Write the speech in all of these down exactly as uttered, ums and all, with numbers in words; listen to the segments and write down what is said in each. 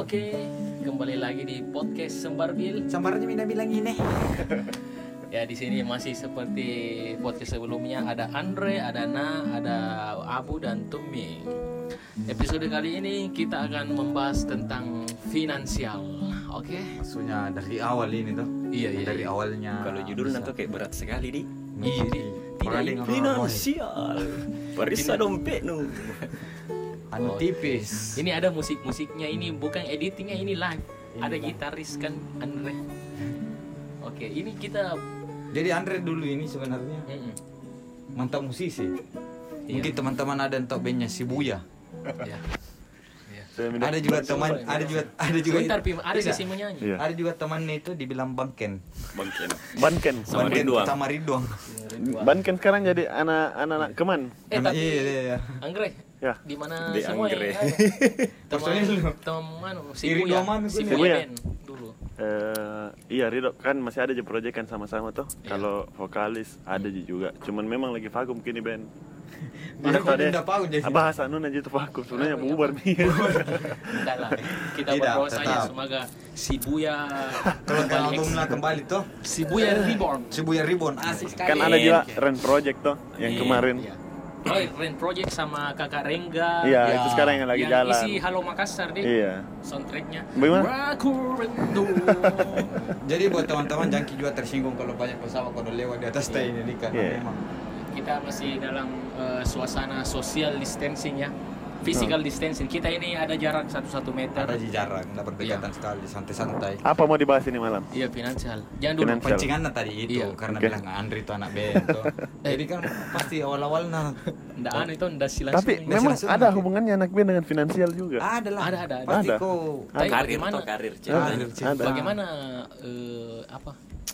Oke, kembali lagi di podcast Sembarbil. Sambarnya Mina bilang ini. Ya, di sini masih seperti podcast sebelumnya, ada Andre, ada Na, ada Abu dan Tumi. Episode kali ini kita akan membahas tentang finansial. Oke? Maksudnya dari awal ini tuh. Iya, iya. Dari iya. awalnya. Kalau judulnya tuh kayak berat sekali di Iya, di. Tidak ini finansial. Perisa dompet nu. Anu Oh, tipis. Ini ada musik-musiknya, ini bukan editingnya, ini live. Ada gitaris kan Andre. Oke, ini kita Jadi Andre dulu ini sebenarnya Mm-mm. mantap musisi. Iya. Mungkin teman-teman ada yang tahu bandnya Shibuya. Ya. Ada juga teman, ada juga ada juga Sebentar, Pim, ada Tidak. sesi menyanyi. Iya. Ada juga temannya itu dibilang Bangken. Banken. Banken sama Bangken Ridwan. sama Ridwan. Banken sekarang jadi anak-anak keman. Eh, tapi Iya, iya, iya. Anggrek, Ya. di mana Di semua Anggrek. yang ada? Teman Maksudnya lu? teman Iri Shibuya, dua mana, Shibuya Shibuya? band dulu. Eh, iya Ridho kan masih ada aja proyekan sama-sama tuh. Iya. Kalau vokalis ada juga. Cuman memang lagi vakum kini band. Dia Atau kok deh, udah tahu jadi. bahasa nun aja tuh vakum. Sebenarnya Apa, bubar nih. Enggak lah. Kita Tidak, berdoa saja tetap. semoga Shibuya Kalau kembali albumnya eks- kembali tuh Shibuya Reborn. Shibuya Ribbon asik sekali. Kan ada juga Ren Project tuh yang Iya, kemarin. iya. Oh, Rain Project sama Kakak Rengga. Iya, Ya. itu sekarang yang lagi yang jalan. isi Halo Makassar deh. Iya. Soundtracknya. Bagaimana? Aku rindu. Jadi buat teman-teman jangan juga tersinggung kalau banyak pesawat kalau lewat di atas teh ini kan Iya. memang. Kita masih dalam uh, suasana social distancing ya, physical distancing. Kita ini ada jarak satu satu meter. Ada jarak, nggak berdekatan sekali, santai-santai. Apa mau dibahas ini malam? Iya, finansial. Jangan dulu. Finansial. Pancingannya tadi itu Iya. karena Oke. bilang Andri itu anak band tuh. Jadi kan pasti awal-awalnya Nggak aneh itu, nggak silas. Tapi Nggak memang langsung, ada oke. hubungannya anak band dengan finansial juga. ada lah. Ada, ada, ada. Pasti Ada. kok. Tapi Ada. Karir bagaimana? atau karir Ada. ceritanya. Ada. Bagaimana eh, apa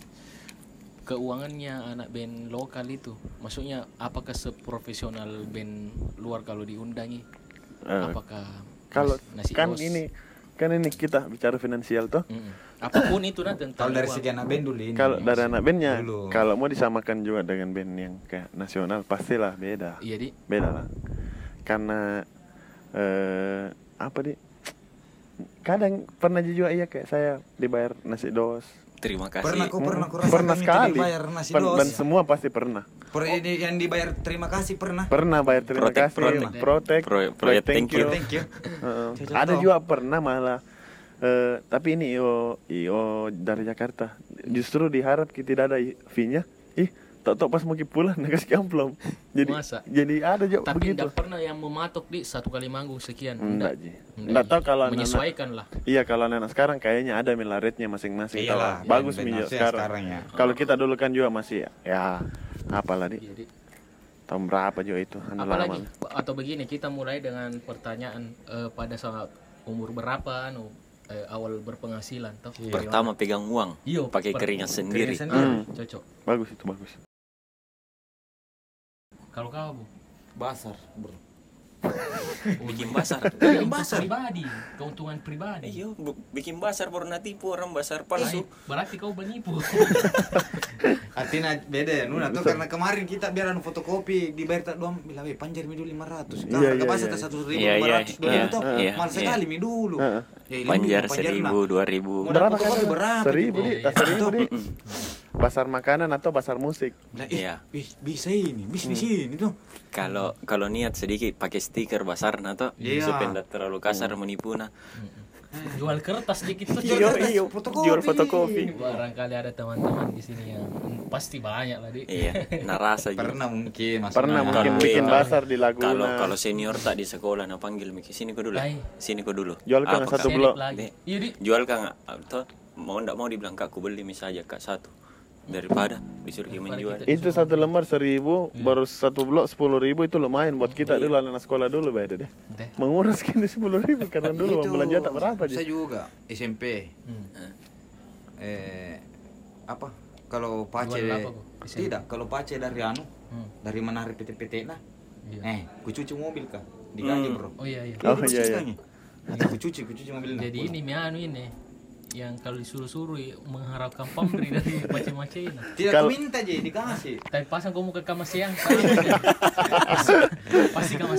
keuangannya anak band lokal itu? Maksudnya apakah seprofesional band luar kalau diundangi? Eh, Apakah Kalau nas- nasi kan os? ini kan ini kita bicara finansial tuh. Mm-mm. Apapun itu nah tentang Kalau dari uang. segi anak band dulu ini. Kalau dari anak bandnya, Dulu. kalau mau disamakan juga dengan band yang kayak nasional, pastilah beda, Iya, Di. beda lah. Karena eh, apa di? Kadang pernah juga iya kayak saya dibayar nasi dos. Terima kasih. Pernah kok pernah Hmm, kurasakan pernah itu sekali. dibayar nasi Pen- dos. Dan semua pasti pernah. Per- ini yang dibayar terima kasih pernah. Pernah bayar terima Protek, kasih, protek. protek, Pro- protek, proyek thank thank you. you. Thank you. Heeh. Saya Ada tahu. juga pernah malah eh, tapi ini io io dari Jakarta justru diharap kita tidak ada fee-nya. Ih, tok-tok pas mau pulang nak kasih amplop. Jadi Masa? jadi ada juga Tapi begitu. tidak pernah yang mematok di satu kali manggung sekian. Enggak, Ji. Enggak. Enggak tahu kalau anak-anak- menyesuaikan lah. Iya, kalau anak sekarang kayaknya ada milaretnya masing-masing. Iyalah, Kalau bagus band-band minyak nasi sekarang. sekarang ya. Kalau kita dulu kan juga masih ya apalah di Jadi tahun berapa juga itu anu apalagi lama. atau begini, kita mulai dengan pertanyaan eh, pada saat umur berapa anu eh, awal berpenghasilan toh. Pertama pegang uang, Iya, pakai per- keringat sendiri. keringat sendiri. Hmm. Cocok. Bagus itu bagus. Kalau kamu Basar, bro. Bikin basar. bikin basar. pribadi, keuntungan pribadi. Iya, bu- bikin basar pernah tipu orang basar Eh, palsu. berarti kau menipu. Artinya beda ya, Nuna tuh karena kemarin kita biar anu fotokopi dibayar tak doang bilang, "Eh, panjar mi dulu lima ratus." Kan Iya, harga iya, pasar iya. tak satu ribu Iya, lima iya, ratus dulu iya, tuh. iya, Mahal iya. sekali mi dulu. Heeh. Ya, ini Panjar mi, seribu, nah. dua ribu. Modal Berapa fotokopi kan? berapa? Seribu gitu? di, tak seribu di. Pasar makanan atau pasar musik? Nah, eh, Iya. ih, bisa ini, bisnis ini tuh. Kalau kalau niat sedikit pakai stiker basar nah toh, Iya. supaya tidak terlalu kasar menipu nah. Jual kertas dikit tuh. Iya, iya, fotokopi. jual fotokopi. Barangkali ada teman-teman di sini yang hmm, pasti banyak lah, Di. Iya, narasa juga. Pernah mungkin, maksudnya. Pernah mungkin Kalau- bikin kalau- basar di Laguna. Kalau kalau senior tak di sekolah nah panggil Miki, sini kau dulu. Hai. Sini kau dulu. Jual kan Apa, satu Kak? blok. lagi. Di- Iya, Di. Jual kan atau mau ndak mau dibilang Kak, aku beli misalnya Kak satu daripada disuruh dia menjual. Itu satu lembar seribu, baru satu blok sepuluh ribu itu lumayan buat kita dulu anak sekolah dulu beda deh. Deh. Menguras kini sepuluh ribu karena dulu Itu, uang belanja tak berapa saya aja. juga S M P. Hmm. Eh apa? Kalau pace Jual berapa, Bu? S M P? tidak, kalau pace dari anu, Hmm. dari menari P T P T nah. Iya. Eh, ku cuci mobil kah? Digaji, Hmm. Bro. Oh iya, iya. Oh, Itu iya, iya. sisanya. Nanti ku cuci, ku cuci mobilnya. Jadi ini mi anu ini yang kalau disuruh-suruh mengharapkan pemberi dari macam-macam. tidak Kalau- ku minta aja dikasih. Tapi pasang kamu ke kamar siang, pasti kamar siang ini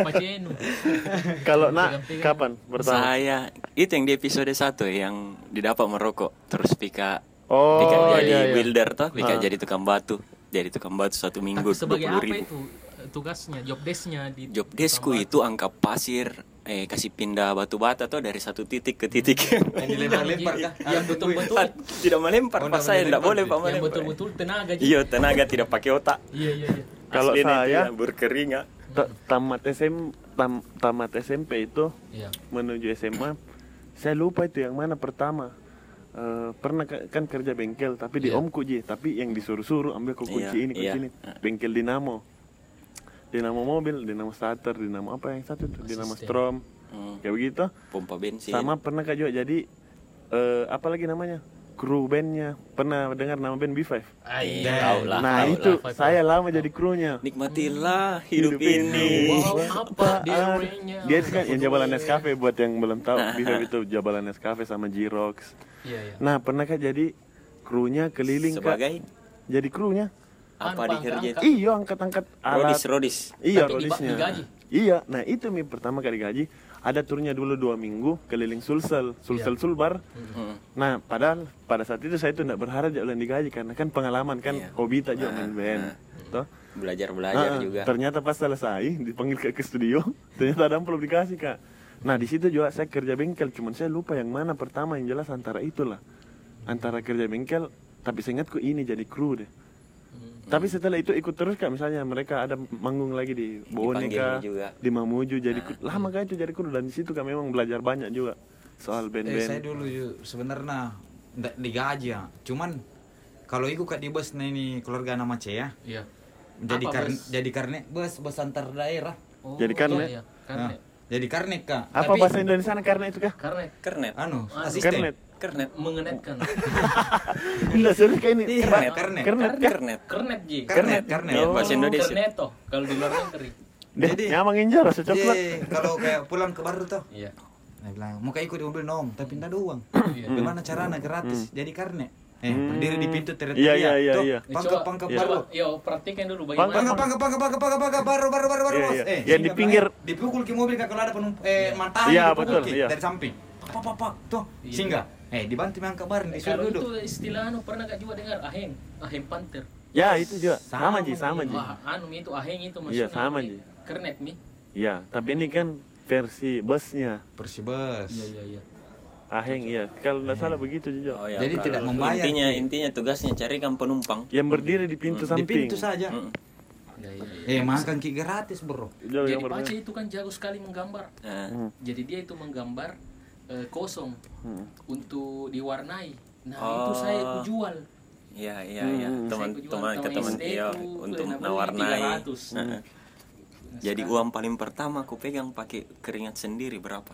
Pacenu. Kalau nak kapan pertama? Saya itu yang di episode satu yang didapat merokok terus pika Oh, pika jadi iya, iya. builder toh, pika Ah. jadi tukang batu, jadi tukang batu satu minggu Tapi sebagai dua puluh apa ribu. itu tugasnya, job desk-nya di Job deskku tukang itu angkat pasir, eh kasih pindah batu bata tuh dari satu titik ke titik. Yang dilempar-lempar kah? Yang betul-betul Tidak melempar, Oh, pas nggak saya boleh tidak boleh lempar, pak yang melempar. betul-betul tenaga Ji. Iya tenaga tidak pakai otak. Iya iya iya. Kalau Aslinya itu saya ya, berkeringat. ta- tamat S M tam, tamat S M P itu Iya. menuju S M A, saya lupa itu yang mana pertama. Eh, pernah ka- kan kerja bengkel tapi di Iya. omku Ji, tapi yang disuruh-suruh ambil ke kunci Iya, ini kunci iya. ini bengkel dinamo dinamo mobil, dinamo starter, dinamo apa yang satu itu, dinamo Asisten. strom Hmm, kayak begitu. pompa bensin. Sama pernah kak juga jadi eh, apa lagi namanya, kru bandnya, pernah dengar nama band B five? Ah, iya. Tahu lah. Nah tahu itu lah. saya lama jadi krunya. Nikmatilah hidup ini. Wow, apa diarenya? Dia itu kan yang jabalan Nescafe, buat yang belum tahu, B five itu jabalan Nescafe sama Jirox. Iya iya. Nah pernah kak jadi krunya keliling kak, Sebagai jadi krunya. apa Apa, di kerja itu? angkat? Iya angkat-angkat alat. Rodis, rodis. Iya Tapi diba- rodisnya. digaji? Iya, nah itu mi pertama kali gaji. Ada turnya dulu dua minggu keliling Sulsel, Sulsel Iya. Sulbar. Hmm. Nah padahal pada saat itu saya tuh tidak berharap jalan digaji karena kan pengalaman kan, Iya. hobi tak juga Ah, main band. ah. Toh? Belajar-belajar Ah, juga. Ternyata pas selesai dipanggil ke, ke studio, ternyata ada amplop dikasih kak. Nah di situ juga saya kerja bengkel, cuman saya lupa yang mana pertama, yang jelas antara itulah, antara kerja bengkel. Tapi saya ingatku ini jadi kru deh. Tapi setelah itu ikut terus kak, misalnya mereka ada manggung lagi di Bonika, Dipanggil juga. di Mamuju jadi kru. Lama kak itu jadi kru, dan di situ kak memang belajar banyak juga soal Eh, saya band-band. dulu yuk sebenarnya ndak digaji ya. Cuman kalau ikut kak di bus nih ini keluarga nama C ya. Iya. Jadi Apa, karne Bos? jadi karne bus bus antar daerah. Oh, Jadi karena- iya, iya. Nah, Karena jadi karne kak. Apa Tapi, bahasa Indonesia karena itu kak? karena Kernet. anu Anu, asisten. Kernet. Kernet. mengenetkan. Enggak serius kayak ini. Iya, Kernet. kernet. Kernet kak? Kernet. Kernet Ji. Karnet, karnet. Iya, bahasa Indonesia. Kerneto kalau di luar negeri. Deh, Jadi- nyamang injar rasa coklat. Iya, kalau kayak pulang ke baru tuh. Iya. Nah bilang, mau kayak ikut di mobil nom, tapi ndak ada uang. Iya. Gimana caranya gratis? Jadi karne. Eh, berdiri di pintu teriak. Iya, iya, iya, iya. Pangkep pangkep Coba, baru. yo praktikin dulu Pangkep, bagaimana. Pangkep pangkep pangkep pangkep pangkep pangkep baru baru baru baru Iya, bos. iya. Eh, Yang di sehingga pinggir. bahaya. Dipukul ke mobil kak kalau ada penumpang eh matahari Iya, dipukul betul, Ki, iya. dari samping. Pak pak pak tuh Iya. singgah. Eh dibantu mengangkat bareng Eh, disuruh Kalau duduk. itu istilah anu pernah gak juga dengar aheng, aheng panter. Ya itu juga sama Sama, Ji, sama Ji. Wah, anu itu aheng itu Iya, maksudnya. sama, Mi. Ji. Kernet mi. Iya, tapi ini kan versi busnya. Persibus. Iya iya iya. Aheng iya, kalau tidak salah begitu juga. Oh, ya, Jadi kalau tidak membayar, Intinya Ki. intinya tugasnya carikan penumpang. Yang berdiri di pintu Di samping. pintu saja. Mm. Iya iya. iya. Eh makan ki gratis bro. Jauh Jadi yang berbeda. Pace itu kan jago sekali menggambar. Nah, Hmm. Jadi dia itu menggambar eh, kosong Hmm. untuk diwarnai. Nah Oh. itu saya aku jual. iya iya iya, Hmm. teman-teman ke teman S D iya ku, untuk nah, beli nawarnai. tiga ratus. Heeh. Nah, Jadi sekarang- uang paling pertama aku pegang pakai keringat sendiri berapa?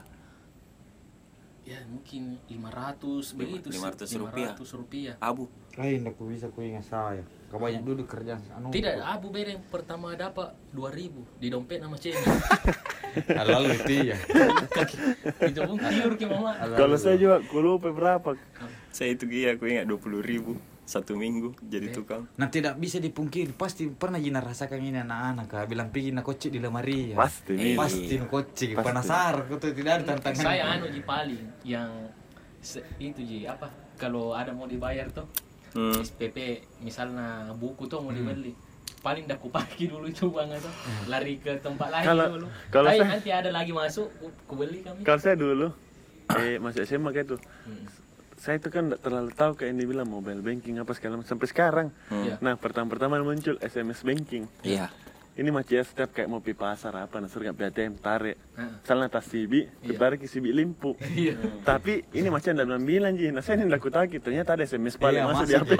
ya mungkin lima ratus begitu sih. lima ratus rupiah. lima ratus rupiah. Abu. Lain aku bisa ku ingat saya. Kau banyak duduk kerja anu. Tidak, abu beda yang pertama dapat dua ribu di dompet nama cewek. Lalu itu ya. Itu pun tidur ke mama. Kalau saya juga, aku lupa berapa. Saya itu iya aku ingat dua puluh ribu satu minggu jadi tukang. Nah tidak bisa dipungkiri, pasti pernah Jina rasakan ini anak-anak kak. Bilang pergi nak kocik di lemari ya. Pasti nih. Pasti nak kocik, Pasti. penasaran kau tuh tidak ada tantangan. Saya anu ji paling yang se- itu ji apa kalau ada mau dibayar tuh Hmm. S P P misalnya buku tuh mau dibeli paling dah kupaki dulu itu uang itu lari ke tempat lain Kalau- dulu kalau tapi saya- nanti ada lagi masuk ku, ku beli kami. Kalau saya dulu, eh masih S M A kayak itu, Hmm. saya itu kan nggak terlalu tahu kayak ini bilang mobile banking apa segala macam sampai sekarang. Iya. Nah pertama-pertama muncul S M S banking. Iya. Ini macam ya setiap kayak mau pi pasar apa, nasur nggak A T M tarik, Heeh. misalnya tas Sibi, Iya. ditarik ke Sibi limpu. Iya. Tapi ini macam dalam bilang ji, nah saya ini ndak kutaki, ternyata ada S M S paling Iya, masuk di masuk,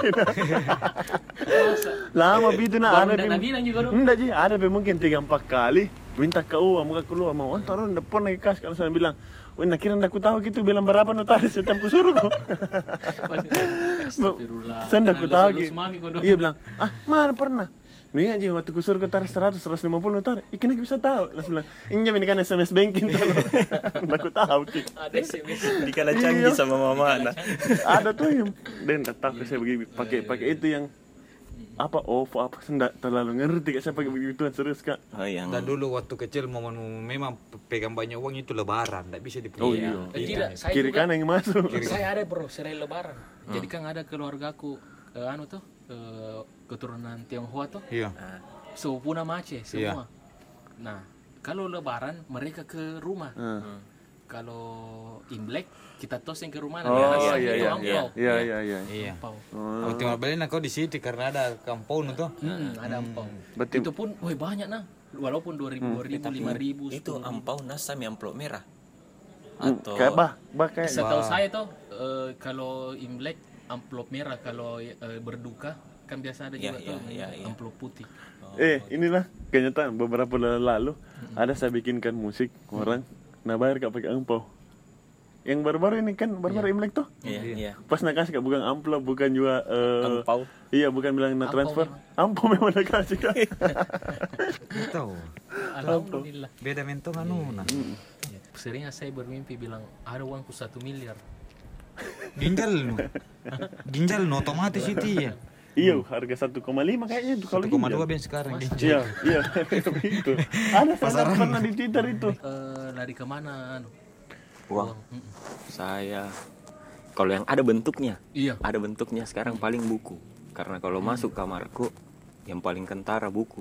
H P. Lama itu nak Baru ada ndak bi- bilang juga dong. Enggak ji, ada bi mungkin tiga empat kali minta ke uang, muka keluar mau antar orang depan lagi kas kalau saya bilang, wah nak kira ndak ku tahu gitu bilang berapa notaris setiap ku suruh kok. Astagfirullah. Saya ndak ku Nah, tahu lulus gitu. mami kok dong. Iya bilang, ah mana pernah? Nih aja waktu ku suruh ke tarik seratus, seratus lima puluh notar, ikan bisa tahu. Langsung bilang, ini ini kan S M S banking tuh. Ndak ku tahu ki. Ada S M S. Dikala canggih sama mama nah. Ada tuh yang dan ndak tahu saya begini pakai pakai itu yang apa OVO apa enggak terlalu ngerti kak saya pakai begituan serius kak. Oh, yang Dan dulu waktu kecil momen memang pegang banyak uang itu lebaran, tidak bisa dipunya. Oh, Iya. iya. Eh, tidak, saya Kiri juga, kanan yang masuk. saya ada bro selain lebaran. Jadi kan ada keluargaku eh, anu tuh eh, keturunan Tionghoa tuh Iya. sepupu nama Aceh semua. Nah kalau lebaran mereka ke rumah. Hmm. Kalau Imlek kita toseng ke rumah. Oh, biasa iya, itu iya, angpau. Iya iya iya. Iya. Angpau. Oh, tinggal beli kau di situ karena ada kampung tuh. Hmm, ada angpau. Berarti- Itu pun, woi banyak nah. Walaupun dua ribu, dua ribu, lima ribu, itu sepuluh ribu. ampau nasam yang amplop merah. Hmm, Atau kayak bah bah kayak Setahu saya tuh eh, kalau Imlek amplop merah, kalau eh, berduka kan biasa ada Iya, juga iya, tuh iya, iya. amplop putih. eh inilah kenyataan beberapa bulan lalu ada saya bikinkan musik orang nah bayar kak pakai angpau. Yang baru-baru ini kan baru-baru Imlek tuh. Iya, iya. Pas nak kasih kak bukan amplop bukan juga eh, Angpau. Iya bukan bilang nak Angpau transfer. memang. Ampau memang nak kasih kak. Itu. Alhamdulillah. Beda mentong anu nah. Ya, seringnya saya bermimpi bilang ada uangku satu miliar. Ginjal nu. Ginjal nu otomatis itu ya. Iya harga satu koma lima kayaknya itu kalau satu koma dua ginjal. ben sekarang Mas. ginjal. Iya iya itu. Ada saya pernah di Twitter itu. Eh, lari kemana? Anu? Uang. Mm-mm. Saya kalau yang ada bentuknya, Iya. ada bentuknya sekarang paling buku. Karena kalau masuk kamarku yang paling kentara buku.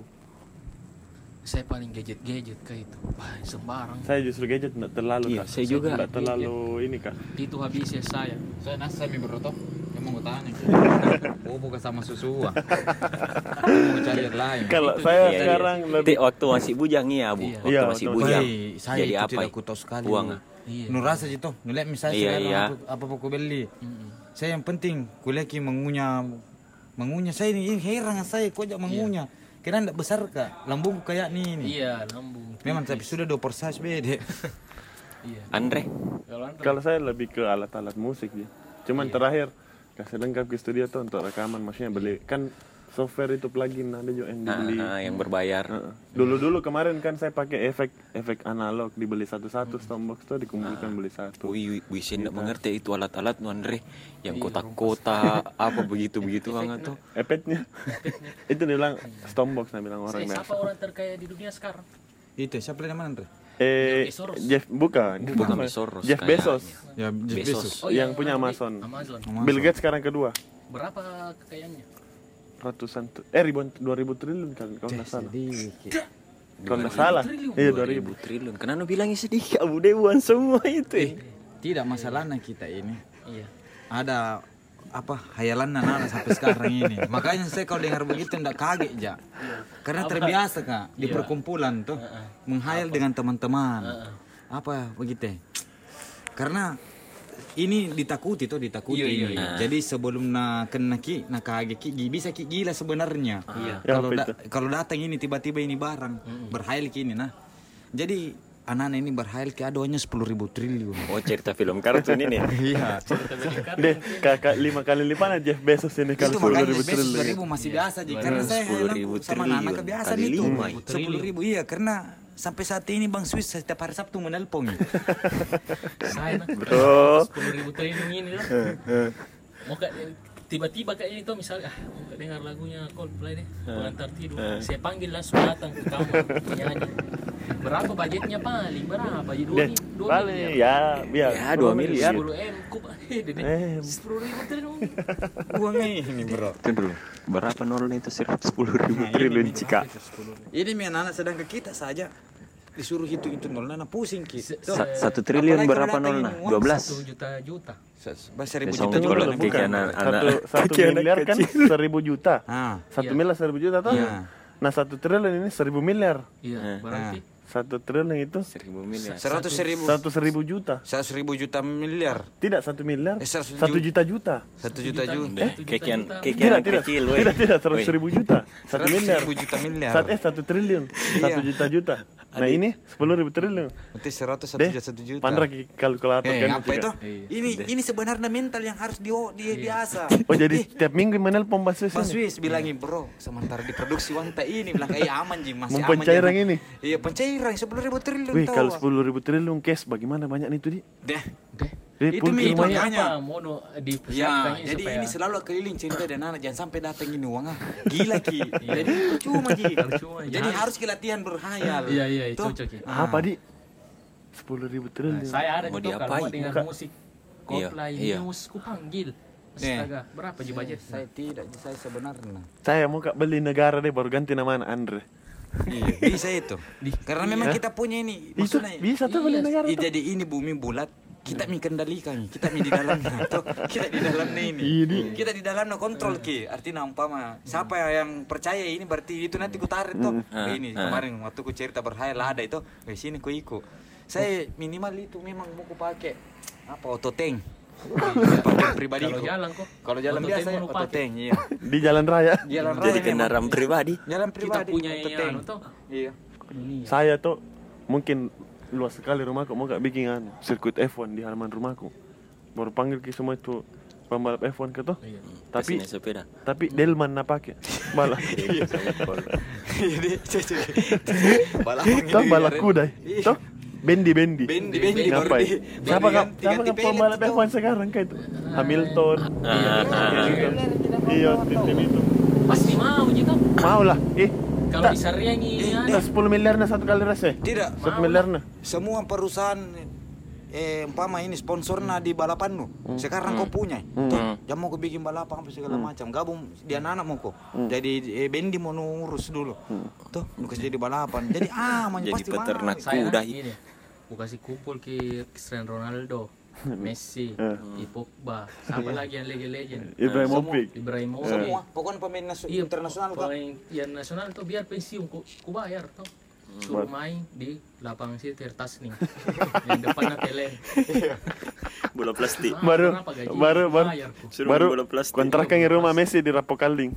Saya paling gadget-gadget kayak itu. Wah, sembarang. Saya justru gadget enggak terlalu Iya, kak. saya juga. Enggak terlalu ini kak. Itu habisnya saya. Saya nasa mi berotok. Kamu mau tanya. Oh bukan sama susu. ah. Mau cari yang lain. Kalau saya Iya, sekarang iya. lebih Ti- waktu masih bujang iya bu, Iya. waktu Iya, masih waktu bujang. Woi, saya Jadi itu apa? tidak ku tahu sekali. Uang. Iya. Nu rasa gitu. Nu lihat misalnya Iya, sekarang iya. apa apa apa ku beli. Mm-mm. Saya yang penting kuliah ki mengunyah mengunyah saya ini heran saya kok jak mengunyah. Kira enggak besar kak, lambungku kayak nih nih. Iya, lambung. Memang tapi sudah dua persas bede. Iya. Andre, Kalau Andre, kalau saya lebih ke alat-alat musik sih. Cuman Iya. terakhir kasih lengkap ke studio tuh untuk rekaman maksudnya beli kan software itu plugin ada juga yang ah, dibeli. ah, yang berbayar. Heeh. Dulu-dulu kemarin kan saya pakai efek efek analog dibeli satu-satu Stompbox tuh dikumpulkan beli satu. Wih, wih, saya tidak mengerti itu alat-alat nu Andre, yang kotak-kotak apa begitu-begitu banget tuh. Efeknya itu dia bilang Stompbox nah bilang orang saya biasa. siapa orang terkaya di dunia sekarang? Itu siapa namanya Andre? Eh Jeff Bezos. Jeff bukan. Bukan Bezos, Jeff kayaknya. Bezos. Ya Jeff Bezos. Bezos. Oh, Yang yang punya anu, Amazon. Amazon. Bill Gates sekarang kedua. Berapa kekayaannya? Ratusan tr- eh ribuan dua ribu triliun kan kalau nggak salah. Sedikit. Kalau nggak salah. triliun. Iya dua dua ribu. ribu triliun. Kenapa bilangnya sedikit? Abu Dewan semua itu. Eh. Tidak masalahnya kita ini. Iya. Ada apa hayalan anak sampai sekarang ini. Makanya saya kalau dengar begitu enggak kaget ja. Karena terbiasa kak di perkumpulan tuh menghayal dengan teman-teman. Apa begitu? Karena ini ditakuti tuh ditakuti. Iya, iya, ini. iya. Jadi sebelum na kena ki, na kaget ki, bisa ki gila sebenarnya. Iya. Kalau Ya, apa da- kalau datang ini tiba-tiba ini barang berhayal ki ini nah. Jadi anak-anak ini berhayal ki ada uangnya sepuluh ribu triliun. Oh cerita film kartun ini. Iya. Deh kakak lima kali lipat Jeff Bezos ini kalau Itu sepuluh makanya ribu besok triliun. dua ribu masih biasa aja karena saya sepuluh heran ribu sama triliun. anak biasa Kali itu lima, sepuluh ribu iya karena sampai saat ini Bang Swiss setiap hari Sabtu menelpon. Saya nah. Bro. sepuluh ribu triliun ini lah. Mau kak tiba-tiba kayak itu misalnya ah mau kak dengar lagunya Coldplay deh pengantar tidur. Saya panggil langsung datang ke kamar nyanyi. Berapa budgetnya paling berapa? Jadi dua Deh, mi- dua paling miliar. ya biar Ya, dua miliar. sepuluh M kup eh deh Eh. sepuluh ribu triliun. Uangnya ini bro. Itu dulu. Berapa nolnya itu sepuluh ribu triliun cika. Ini mi anak-anak sedangkan kita saja disuruh hitung itu nol nana pusing kita. Sa- Satu triliun Apalagi berapa kalau datang nolnya? ini uang Dua belas. Satu juta juta. Bahasa seribu Besok juta juga juga lah. lah. Kiki anak- satu anak- satu kiki anak miliar kan kecil. seribu juta. Ah, Satu Iya. miliar seribu juta toh. Iya. Nah satu triliun ini seribu miliar. Iya, berarti Satu triliun itu Seribu miliar. seratus seribu satu seribu juta. seratus ribu juta miliar Tidak satu miliar. Eh, seratus Satu juta juta. satu juta juta Deh, kekian juta. kekian Tidak tidak kecil weh. tidak tidak seratus Weh. ribu juta. Satu seratus miliar. ribu juta miliar Saat eh satu triliun. Satu juta juta. Nah ini sepuluh ribu triliun. berarti seratus satu Deh, juta satu juta Pandra ki- kalkulator Eh, kan. apa itu? Iya. Ini ini sebenarnya mental yang harus di, di biasa. Oh jadi tiap minggu menelpon Mas Sus Mas ini. Wis bilangin bro, sementara diproduksi uang tak ini bilang kayak aman ji masih Mau aman. pencairan Ji. ini? Iya pencairan sepuluh ribu triliun Wih tahu. kalau sepuluh ribu triliun cash bagaimana banyak itu di? Deh, deh Jadi Itu pun Mi, rumahnya makanya. Apa mau no- Ya, dipersiapkan ini jadi supaya ini selalu keliling cerita dan anak jangan sampai datang ini uang ah. Gila Ki. Jadi percuma Ji. Percuma, Jadi harus. harus kita latihan berhayal. Iya, iya, Toh? cocok ya. Ah. apa di sepuluh ribu triliun. Saya ada Mau juga kalau diapain? mau dengar Buka. musik Iya, Coldplay iya. News ku panggil. Astaga, berapa ji budget? Saya tidak, saya sebenarnya. Saya mau kak beli negara deh baru ganti nama Andre. Iya, bisa itu. Karena memang kita punya ini, Itu maksudnya bisa tuh beli Iya, negara. i- tuh. jadi ini bumi bulat, kita mengkendalikan, kita di dalamnya, toh, kita di dalamnya ini, Ini. kita di dalamnya kontrol Ki. Artinya umpama siapa yang percaya ini berarti itu nanti ku tarik toh. Hmm. Ini Hmm. kemarin waktu ku cerita berhayal ada itu, di sini ku ikut. Saya minimal itu memang mau ku pakai apa autotank. Pakai pribadi Kalau jalan kok. Kalau jalan Autotank biasa ya mau pakai. autotank, iya. Di jalan raya. Jalan Jadi raya kendaraan memang. pribadi. Jalan Kita pribadi. punya autotank. anu toh. Iya. Saya tuh mungkin luas sekali rumahku mau gak bikin anu sirkuit F satu di halaman rumahku. Baru panggil ke semua itu pembalap F satu ke toh. Iya. Tapi Kesini sepeda. tapi Delman na pakai. Balap. Jadi balapan Toh ini, balap Ren. kuda. Iya. Toh Bendi Bendi. Bendi Bendi baru Ngapain? di- Siapa baru kan ganti- siapa ganti kan pelet pembalap itu. F satu sekarang kayak itu? Hamilton. Iya. Gitu. Iya, tim itu. Pasti mau gitu. Mau lah. Eh, Kalau di Sariang ini Eh, anu, tak sepuluh miliar na satu kali rasa. Tidak, Satu miliar na. semua perusahaan eh umpama ini sponsornya di balapan lu. Sekarang kau punya. Tuh, jam mau kau bikin balapan apa segala macam. Gabung di anak-anak mau kau. Jadi eh, Bendi mau ngurus dulu. Tuh, lu kasih jadi balapan. Jadi aman Jadi pasti mau. peternak saya kuda. ini aku kasih kumpul ke Cristiano Ronaldo, Messi, di Pogba, siapa lagi yang legend-legend? Ibrahimovic. Ibrahimovic. Semua, pokoknya pemain nasu- Iya, internasional kok. pemain yang nasional tuh biar pensiun ku, ku bayar tuh. Suruh main di lapangan situ Tirtas nih. Yang depannya Pele. Bola plastik. Ah, Baru berapa gaji? baru baru Bayar ku. Suruh baru bola plastik. kontrakkan di rumah Messi di Rapokalding.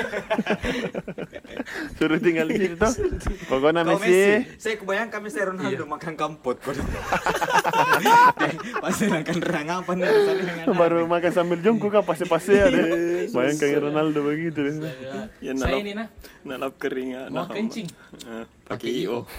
Suruh tinggal di situ toh. Pokoknya Kau Messi. Saya kebayangkan Messi Ronaldo makan kampot kok. Pasti makan rangapan nih misalnya dengan Baru makan sambil jongkok kah pasti-pasti ada. Bayangkan Ronaldo begitu deh. Saya, Ya, saya nalap. ini nah, Nalap kering ah. mau kencing. Ah, pakai I O.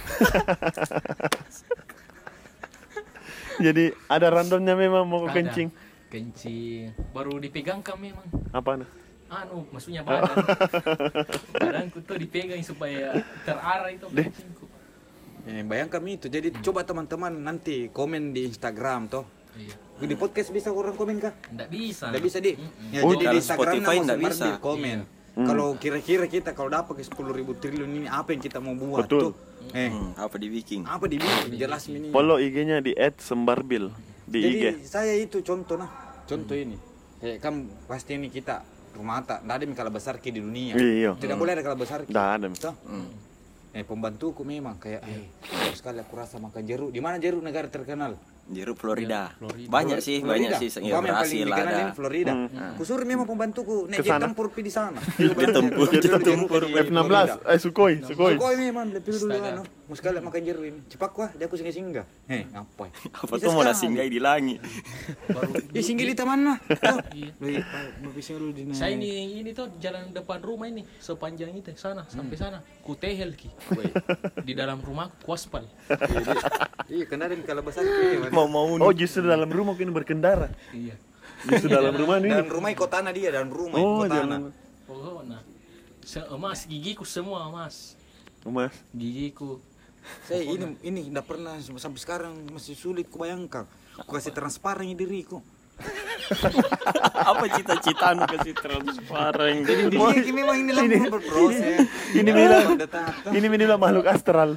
Jadi ada randomnya memang mau Ada. kencing. Kencing. Baru dipegang kan memang. Apa nah? Anu, maksudnya badan. Badanku tuh dipegang supaya terarah itu kencingku. Ya, bayangkan itu. Jadi coba teman-teman nanti komen di Instagram toh. Iya. Di podcast bisa orang komen kah? Nggak bisa. Nggak bisa di. Ya, Oh, jadi kalau di Instagram Spotify nama nggak Semar bisa. di komen. Kalau kira-kira kita kalau dapat ke sepuluh ribu triliun ini apa yang kita mau buat Betul. tuh? Eh, Hmm, apa dibikin? apa dibikin jelas ini. Follow I G-nya di et sembarbil di I G. Jadi saya itu contoh nah, contoh ini. Kayak kan pasti ini kita rumah tak, nggak ada yang kalah besar ki di dunia. Iya. Tidak boleh ada kalah besar ki. Dah ada. Toh? Eh pembantuku memang kayak eh bagus sekali aku rasa makan jeruk. Di mana jeruk negara terkenal? Jeruk Florida. Florida. Banyak sih, Florida. banyak sih yang Umpama yang paling berhasil dikenal ada. ini Florida. Kusuruh memang pembantuku naik jet Kesana. tempur pi di sana. Jet tempur, jet tempur. F enam belas, eh Sukhoi, Sukhoi. Kau memang lebih dulu Astaga. anu. Mau sekali makan jeruk ini. Cepat wah, dia aku singgah-singgah. Heh, ngapain? Apa tuh mau singgah di langit? Baru Ya singgah di taman lah. Tuh. Iya. Wih, mau bisa lu di Saya ini ini tuh jalan depan rumah ini sepanjang itu sana sampai sana ku tehel ki. Di dalam rumah ku aspal. Iya, kendaraan kalau besar ki. Mau mau Oh, justru dalam rumah kini berkendara. Iya. Justru dalam rumah nih. Dan rumah ikut tanah dia, dan rumah Oh, ikut tanah. dalam Pokoknya se- emas gigiku semua emas. Mas. Gigiku. Saya ini ini enggak pernah sampai sekarang masih sulit kubayangkan. Aku kasih transparan diriku. apa cita-citamu kasih transparan? Jadi dia memang ini lah berproses. Ini bilang Udah tahap. ini bilang makhluk astral.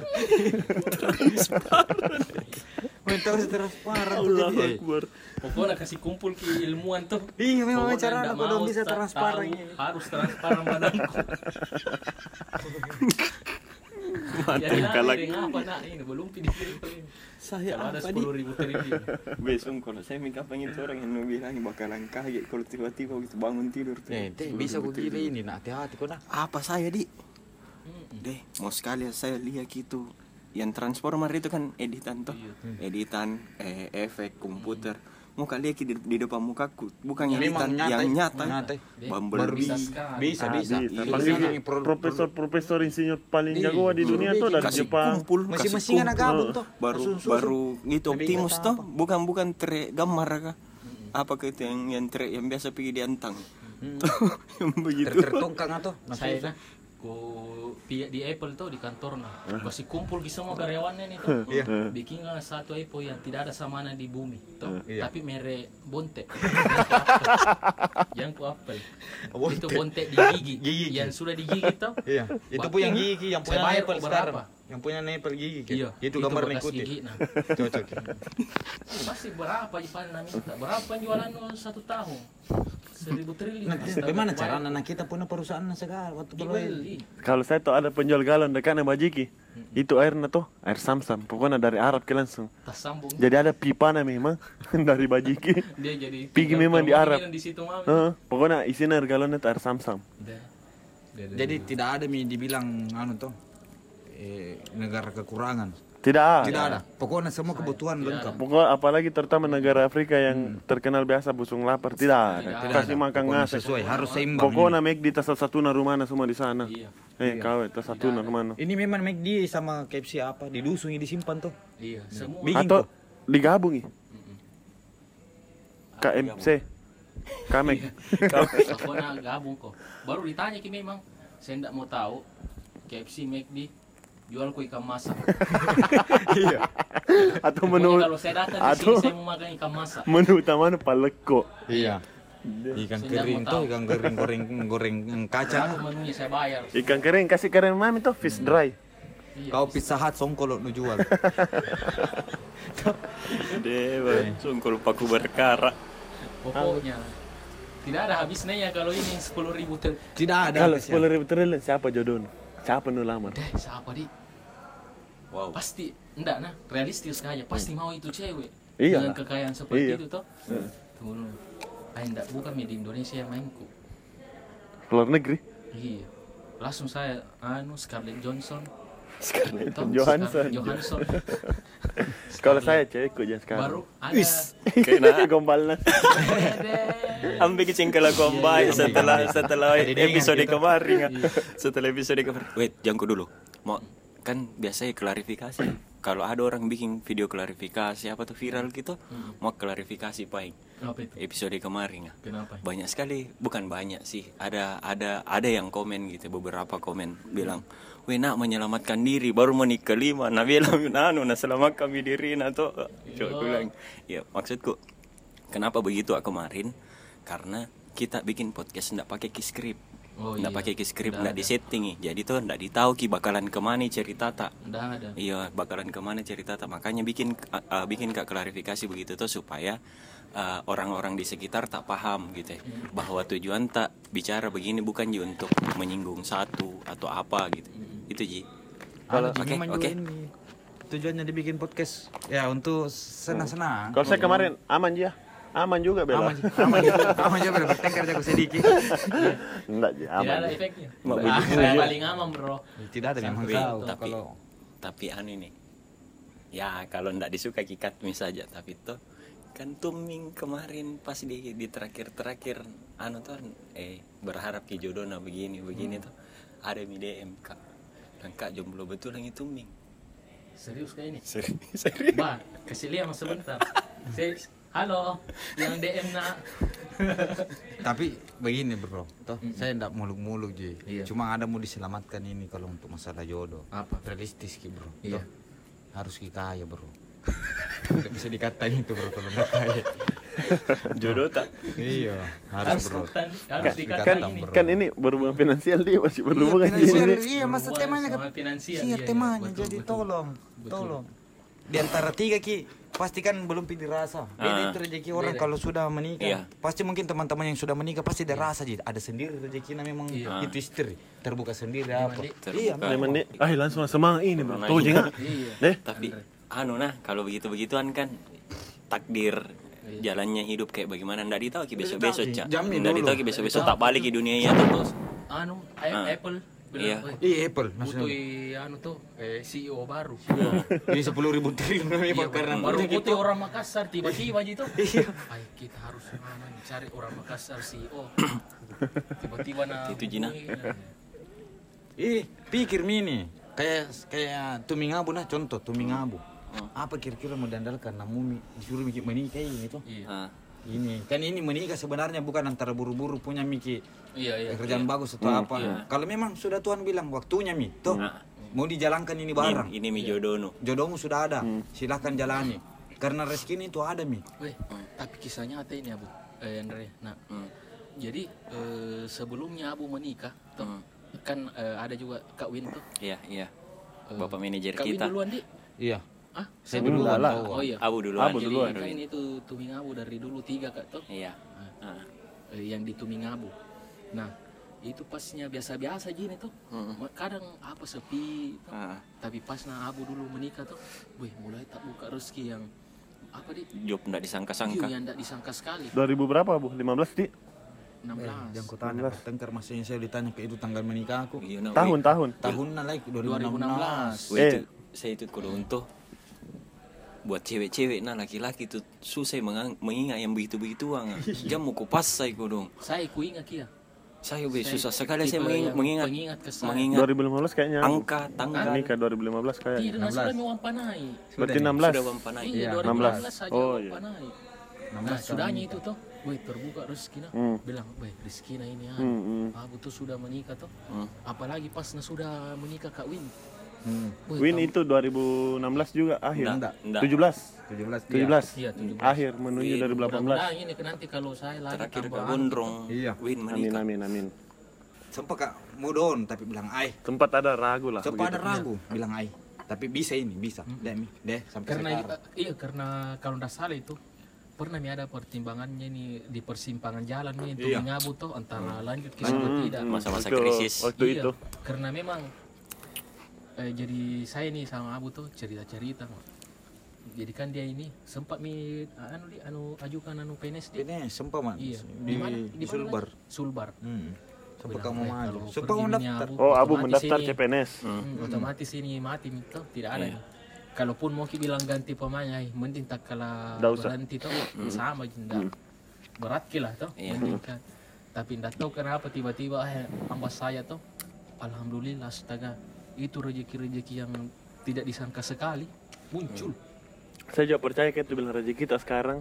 Minta harus transparan tuh Allahu jadi. Akbar. Pokoknya kasih kumpul ki ilmuwan tuh. Iya memang Pokoknya cara ndak aku belum mau bisa ta- transparan tahu, ini. harus transparan badanku. Jadi Mantap nak kalak. ini apa nak ini belum pilih pilih. Saya Kalau ada apa sepuluh ribu triliun. Besok kalau saya minta pengen itu orang yang mau bilang bakalan kaget kalau tiba-tiba gitu bangun tidur tuh. Eh, teh, bisa aku gila ini, nak hati-hati kok nak. Apa saya di? Deh, mau sekali saya lihat gitu. Yang transformer itu kan editan tuh, editan, eh, efek komputer. muka dia di, di depan mukaku, bukan yang Memang hitam, nyata, yang nyata. nyata. Bumble Baru bisa bisa, sekali. bisa, Ah, bisa. bisa. Iya, Panggil ini pro- profesor-profesor insinyur paling Iya, jago di baru dunia bikin. tuh dari Kasih Jepang. kumpul, Masing-masing kasih anak kumpul. gabung tuh. Baru Susun-susun. baru gitu Tapi optimus kata toh, apa? bukan bukan tre gambar kah? Apa ke itu yang yang tre yang biasa pergi di antang. Yang begitu. Tertongkang atau? Saya nah, ku pihak di Apple tuh di kantor nah masih kumpul di semua karyawannya nih tuh Iya. bikin lah satu iPhone yang tidak ada samana di bumi tuh Iya. tapi mere bonte yang ku apel Bonte. itu bonte di gigi, Gigi. yang sudah digigit tuh Iya, itu punya gigi yang punya Saya bayar Apple kok sekarang. berapa? Yang punya Apple gigi. kan? iya Itu gambar bekas ikuti. gigi, nah. Cocok. Masih berapa Ipan minta berapa penjualan lo satu tahun seribu triliun Nah, Astaga, bagaimana bayar. cara anak kita punya perusahaan segala waktu kalau Dibeli. Kalau saya tuh ada penjual galon dekatnya Bajiki. Itu airnya tuh air Samsam. Pokoknya dari Arab ke langsung. Tas sambung Jadi ada pipanya memang dari Bajiki. dia jadi Pergi tinggal memang di kamu Arab. pikiran di situ mami Heeh, pokoknya isinya air galonnya tuh air Samsam. Udah. jadi tidak ada mi dibilang anu tuh eh, negara kekurangan. Tidak ada. Tidak ada. Pokoknya semua kebutuhan lengkap. Pokoknya apalagi terutama negara Afrika yang terkenal biasa busung lapar tidak ada. Tidak Kasih ada. makan Pokoknya ngasih. sesuai, harus seimbang. Pokoknya make di tas satu rumahnya semua di sana. Iya. Eh, kau tas satu rumahnya. Ini memang McD sama K F C apa di dusun disimpan tuh. Iya, semua Bikin Atau kok. digabungi. K M C. Kamek. pokoknya gabung kok. Baru ditanya ki memang, saya tidak mau tahu K F C McD jual kue ikan masak. Iya. Atau Pokoknya menu kalau saya datang di atau sini saya mau makan ikan masak. menu utamanya paleko. Iya. Ikan Saya kering mau tuh, tahu. ikan kering goreng goreng kacang. Aku menunya saya bayar. Ikan kering kasih keren mami tuh fish dry. Iya. Kau Pizza Hut songkol nu jual. Dewa, sungkul paku berkara. Pokoknya tidak ada habisnya ya kalau ini sepuluh ribu ter. Tidak ada. Kalau habisnya. sepuluh ribu triliun siapa jodohnya? Siapa nu lamar? Deh, siapa di? Wow. Pasti enggak nah, realistis kayaknya pasti mau itu cewek. Iya Dengan lah. kekayaan seperti Iya. itu toh. Tunggu dulu. Ah, enggak, bukan di Indonesia yang mainku. Keluar negeri. Iya. Langsung saya anu Scarlett Johansson. Scarlett Toh, Johansson. Scarlett Johansson. Kalau saya cewekku jangan sekarang. Baru ada Kena gombalnya. ada Ambil kecing kalau kombai setelah setelah Jadi ingat episode gitu. kemarin. Setelah episode kemarin. Wait, jangku dulu. Mau kan biasanya klarifikasi. Kalau ada orang bikin video klarifikasi apa tuh viral gitu, mau klarifikasi paling apa itu? episode kemarin ya. Kenapa? Banyak sekali, bukan banyak sih. Ada ada ada yang komen gitu, beberapa komen bilang, "Weh, nak menyelamatkan diri baru menit kelima." Nah bilang, "Nanu, nah selamatkan diri nah tuh." Coba aku bilang, ya maksudku kenapa begitu ah, kemarin? Karena kita bikin podcast nggak pakai script. Oh, Nggak iya. pakai script, Nggak nggak ada. disetting nih. Jadi tuh nggak ditahu ki bakalan kemana cerita tak. Nggak ada. Iya, bakalan kemana cerita tak. Makanya bikin uh, uh, bikin kak klarifikasi begitu tuh supaya uh, orang-orang di sekitar tak paham gitu ya. Bahwa tujuan tak bicara begini bukan ji untuk menyinggung satu atau apa gitu. Itu ji. Kalau Oke, memang juga oke. ini tujuannya dibikin podcast ya untuk senang-senang. Kalau saya kemarin aman ya. Aman juga bela. Aman, aman, aman juga bertengkar jago sedikit. Enggak ji, Tidak aman. ada Ji. efeknya. Mak, Ah, saya paling aman bro. Tidak ada memang Wih, tahu tapi kalau tapi anu ini. Ya kalau ndak disuka kikat saja tapi tuh kan Tuming kemarin pas di di terakhir-terakhir anu tuh eh berharap ki jodohna begini begini tuh ada mi D M kak dan kak jomblo betul yang itu Ming. Serius kayak ini? Serius serius. Bah, kasih lihat mas sebentar. Saya, halo, yang D M nak. tapi begini bro, toh saya tidak muluk-muluk ji. Iya. Cuma ada mau diselamatkan ini kalau untuk masalah jodoh. Apa? Realistis ki bro. Iya. Toh, harus ki kaya bro. Tidak bisa dikatain itu bro kalau nggak kaya. Jodoh tak. Iya, harus Harus bro. dikatakan, harus Harus dikatakan dikatakan, ini. bro. Kan ini berhubungan finansial dia masih berhubungan Iya, di finansial, sini. iya masa Berhubungan temanya sama kan finansial, iya iya, iya, temanya betul, jadi betul. tolong Betul. tolong di antara tiga ki pasti kan belum pilih rasa beda Ah. itu rezeki orang Beda. kalau sudah menikah Iya. pasti mungkin teman-teman yang sudah menikah pasti ada rasa jadi ada sendiri rezekinya memang Iya. itu istri terbuka sendiri apa Dik. iya Terbuka. Memang nih, ah langsung semangat ini bro. Nah, Tuh iya. jangan. Iya. Deh, Tapi anu nah kalau begitu begituan kan takdir jalannya hidup kayak bagaimana ndak ditahu ki besok besok cak Jamin ndak dulu. ditahu ki besok besok tak balik di dunia ya terus Anu, I- Ah. Apple Iya. "Weh, Iya Apple butuh maksudnya. anu tuh eh, C E O baru." Ini sepuluh ribu triliun Iya, karena baru gitu. butuh orang Makassar tiba-tiba gitu. Ay, kita harus mana nih, cari orang Makassar C E O. Tiba-tiba nah Itu Jina. Ih, pikir mini kayak kayak tumingabu nah contoh tumingabu. Hmm. Apa kira-kira mau dandalkan namun disuruh mikir menikah ini tuh. Iya. Ah, Ini kan ini menikah sebenarnya bukan antara buru-buru punya Miki Iya, iya. kerjaan bagus atau apa. Kalau memang sudah Tuhan bilang waktunya Mi, tuh mau dijalankan ini bareng. ini, ini mi jodohno. Jodohmu sudah ada, silahkan jalani. Karena rezeki ini tuh ada Mi. Weh, tapi kisahnya nyata ini Abu. Eh, Andre. Nah, Hmm. jadi eh, sebelumnya Abu menikah, tuh, Hmm. kan eh, ada juga Kak Win tuh. Iya, iya. Bapak manajer Kak Win kita. duluan, Di. Iya. Ah, Saya saya duluan. lah. tahu. Oh iya. Abu duluan. Abu Jadi duluan. Kak Win itu Tumingabu dari dulu tiga Kak tuh. Iya. Ah. Eh, yang di Tumingabu. Nah, itu pasnya biasa-biasa gini tuh. Kadang apa sepi, tuh. Ah. Tapi pas nah Abu dulu menikah tuh, wih mulai tak buka rezeki yang apa di Job nggak disangka-sangka. yang tidak disangka sekali. dua ribu berapa Bu? lima belas di? enam belas. Eh, Yang kutanya Pak Tengkar masih saya ditanya ke itu tanggal menikah aku. Iya, nah, Tahun tahun. Tahunnya lagi dua ribu enam belas. weh, Eh. itu, saya itu kudu untuk buat cewek-cewek nah laki-laki itu susah mengang- mengingat yang begitu-begituan. Jam mau kupas saya kudu. Saya ku ingat kia. Saya be susah Saya sekali saya tipe mengingat yang mengingat, pengingat ke saya. mengingat dua ribu lima belas kayaknya. angka tanggal. Nikah dua ribu lima belas kayaknya. Tidak, nah sudah mau panai. Berarti enam belas. Sudah wampanai. Iya, Iya, dua ribu enam enam belas. belas saja Oh, mau iya. panai. enam Nah, belas sudahnya itu tuh, weh terbuka rezeki nah. Hmm. Bilang, weh rezeki nah ini ah. Hmm, hmm. Abu tuh sudah menikah tuh. Hmm. Apalagi pas nah sudah menikah Kak Win. Hmm. Weh, Win tahu- itu dua ribu enam belas juga akhir. Enggak, enggak. tujuh belas. tujuh belas. tujuh belas. Iya, tujuh belas. Akhir menuju dua ribu delapan belas. Mudah-mudahan ini nanti kalau saya lagi Terakhir tambah ke anu gondrong. Iya. Win Amin menikah. amin amin. Sempat Kak mudon tapi bilang ai. Sempat ada ragu lah. Sempat ada begitu. ragu bilang ai. Tapi bisa ini, bisa. Deh, Mi. Deh sampai karena sekarang. iya karena kalau tidak salah itu pernah nih ada pertimbangannya nih di persimpangan jalan nih untuk Iya. mengabu tuh antara lanjut ke atau tidak. Hmm, Masa-masa waktu- krisis. Waktu Iya, itu. karena memang eh, jadi saya nih sama Abu tuh cerita-cerita. Jadi kan dia ini sempat mi anu di anu ajukan anu P N S di. Ini sempat man. Iya. Di, mana? di mana Sulbar. lagi? Sulbar. Hmm. Sempat Bilang, kamu "Eh, maju. kalau Sempat pergi mau ini daftar. Oh, Abu otomatis mendaftar ini- C P N S. Hmm, otomatis ini mati tuh tidak ada. nih. Kalaupun mau ki bilang ganti pemain, ay, mending tak kalah Nggak usah. berhenti tuh sama jinda. Berat kilah tuh, Iya. mending kan. Tapi ndak tahu kenapa tiba-tiba eh ambas saya tuh, alhamdulillah astaga itu rezeki-rezeki yang tidak disangka sekali muncul. Saya juga percaya kayak itu bilang rezeki kita sekarang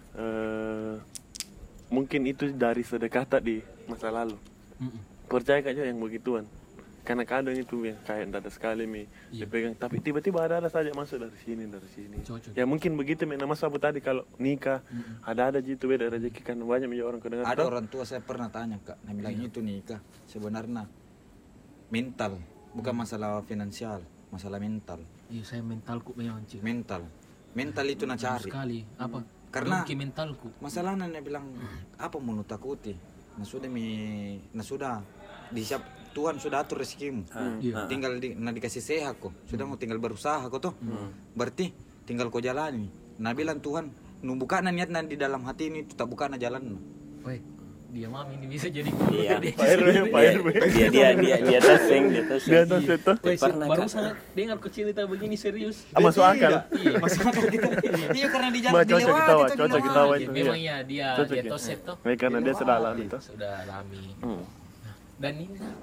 eh mungkin itu dari sedekah di masa lalu. Mm-mm. Percaya kak yang begituan. Karena kadang itu yang kayak ndak ada sekali mi Iya. dipegang, tapi tiba-tiba ada ada saja masuk dari sini dari sini. Cocok. Ya mungkin begitu mi nama sabu tadi kalau nikah ada ada gitu beda rezeki kan banyak mi orang kedengar. Ada orang tua saya pernah tanya Kak, dia bilang itu nikah sebenarnya mental, bukan masalah finansial, masalah mental. Iya saya mentalku memang cik. Mental. Mental itu nak cari. Sekali apa? Karena- Dongki mentalku. Masalahnya dia bilang apa mau nu takuti? Nah sudah mi, nah sudah disiap Tuhan sudah atur rezekimu. Iya. Tinggal di, nah dikasih sehat kok. Sudah mau tinggal berusaha kok tuh. Berarti tinggal kau jalani. Nah bilang Tuhan, nu bukan niat di dalam hati ini tak bukan jalan. Weh, dia mami ini bisa jadi Iya. Pak R W, Pak R W. Dia dia dia dia testing, dia testing. Di atas itu. Weh, Pernah, baru Kak. saya dengar kau cerita begini serius. Ah, masuk akal. Iya, masuk akal kita. Iya karena di jalan Bah, cocok dilewati ketawa, tuh, cocok dilewati. ketawa Ya, itu. memang Iya. ya dia Cocok dia ya. tosep tuh Baik, karena dia sudah alami tuh. sudah alami. Hmm. Dan ini nah,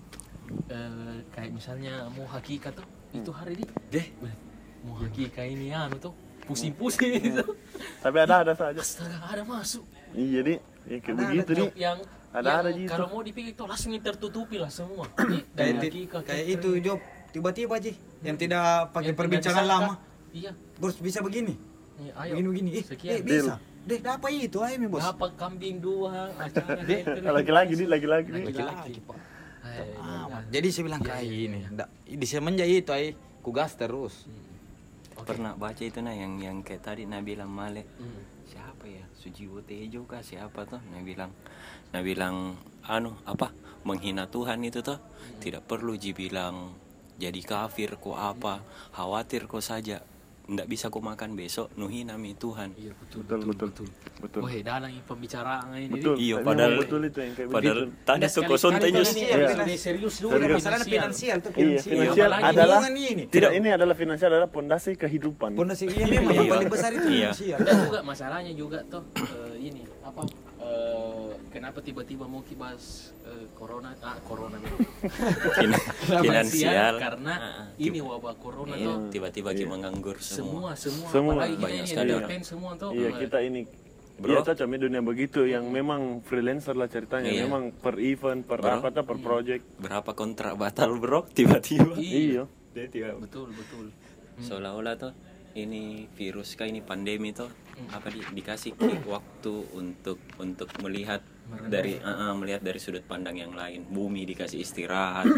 eh, kayak misalnya mau hakikat tuh itu hari ini Deh, Weh, mau hakikat ini anu tuh pusing-pusing itu. Tapi ada ada saja. Astaga ada masuk. Iya jadi ya kayak Ada, begitu Yang, nih. yang, Ada- yang ada gitu. kalau mau dipikir tuh langsung tertutupi lah semua. kayak, Dan ti- hakikat kayak kayak itu Job tiba-tiba aja yang tidak pakai yang perbincangan tidak lama. disangka. Iya. Bos bisa begini. Iya, ayo. Begini begini. Eh, Sekian. eh bisa. Deh, apa itu ayo mi bos. Dapat kambing dua, acara Deh, gitu. Lagi-lagi nih, lagi-lagi nih. Laki-laki, Pak. Hai, Amat. Jadi saya bilang kayak ini. Ndak, di semenjak itu ay ku gas terus. Pernah baca itu nah yang yang kayak tadi nah bilang Male. Hmm. Siapa ya? Sujiwo Tejo kah siapa tuh? Nah bilang nah bilang anu apa? Menghina Tuhan itu tuh tidak perlu ji bilang jadi kafir kok apa, khawatir kok saja. ndak bisa kau makan besok nuhi nami Tuhan. Iya betul Betul, betul. betul. Betul. Wah, dalam pembicaraan ini. Betul. Iya, Memang padahal- betul itu yang kayak Padahal begitu. tadi tuh kau sontennya sih. Iya. Sudah serius dulu Serius. Masalah finansial tuh Iya, finansial. finansial apalagi adalah hubungan ini. tidak ini adalah finansial adalah pondasi kehidupan. Pondasi iya memang yang Iya. paling besar itu Iya. finansial. Dan juga masalahnya juga toh eh, ini apa eh, kenapa tiba-tiba mau kibas eh, corona ah corona Fin- finansial karena Ah, ah. ini wabah corona Iya, toh tiba-tiba kita menganggur semua semua. semua, Semua. apalagi kita Banyak ini sekali. entertain semua toh. Iya, kita ini Bro. Iya cocok di dunia begitu yang memang freelancer lah ceritanya, Iya. memang per event, per Bro. apa tuh, per project. Berapa kontrak batal bro tiba-tiba. Iya. Dia tiba. betul betul. Seolah-olah tuh ini virus kah ini pandemi tuh apa di, dikasih ki- waktu untuk untuk melihat dari uh, uh, melihat dari sudut pandang yang lain. Bumi dikasih istirahat.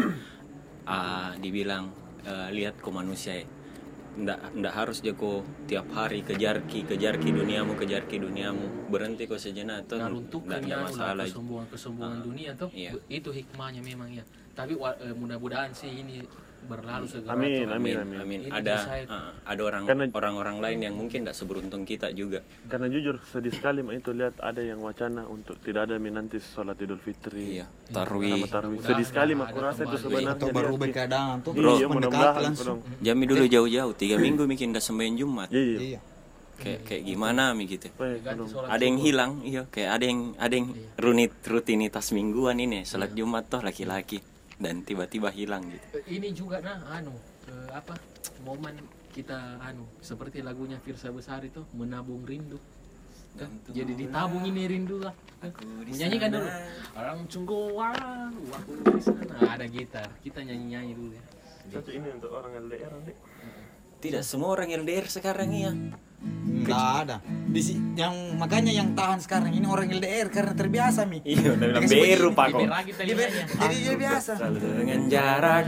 Ah, dibilang eh, lihat kok manusia ya. Ndak, ndak harus dia kok tiap hari kejar ki kejar ki duniamu kejar ki duniamu, berhenti kok sejenak tuh Nah, ndak runtuhkan ndak ya masalah. kesombongan-kesombongan Ah, dunia tuh iya. itu hikmahnya memang ya. Tapi wa- eh, mudah-mudahan sih ini berlalu segera. Amin, toh. amin, Amin, amin. amin. Ini Ada saya- uh, ada orang Karena- orang-orang lain yang mungkin tidak seberuntung kita juga. Karena jujur sedih sekali Mak, itu lihat ada yang wacana untuk tidak ada mi nanti sholat Idul Fitri. Iya, tarwih. Sama tarawih. Mudah-mudahan Sedih sekali Mak, ada kurasa itu kembali. sebenarnya. Atau baru keadaan tuh Iya, mendekati mudah-mudahan langsung. kurang. Jami dulu jauh-jauh tiga minggu bikin dah sembahyang Jumat. Iya, iya. Iya. Kayak kayak gimana mi gitu. Baik, Ganti kurang. sholat Ada yang subuh. hilang, iya. Kayak ada yang ada yang runit rutinitas mingguan ini, sholat Jumat toh laki-laki dan tiba-tiba hilang gitu. Eh, ini juga nah anu eh, apa momen kita anu seperti lagunya Firsa Besari itu menabung rindu. Dan Jadi ditabung ini rindu lah. Aku di Nyanyikan sana. dulu. Orang cungguan, aku di sana. Ada gitar. Kita nyanyi-nyanyi dulu ya. Cocok ini untuk orang L D R Dek. Tidak semua orang L D R sekarang ya. Enggak ada. Di si- yang makanya yang tahan sekarang ini orang L D R karena terbiasa mi. Iya, udah bilang Dikasih beru begini, pak kok. Diberagi telinganya. Jadi dia biasa. Dengan jarak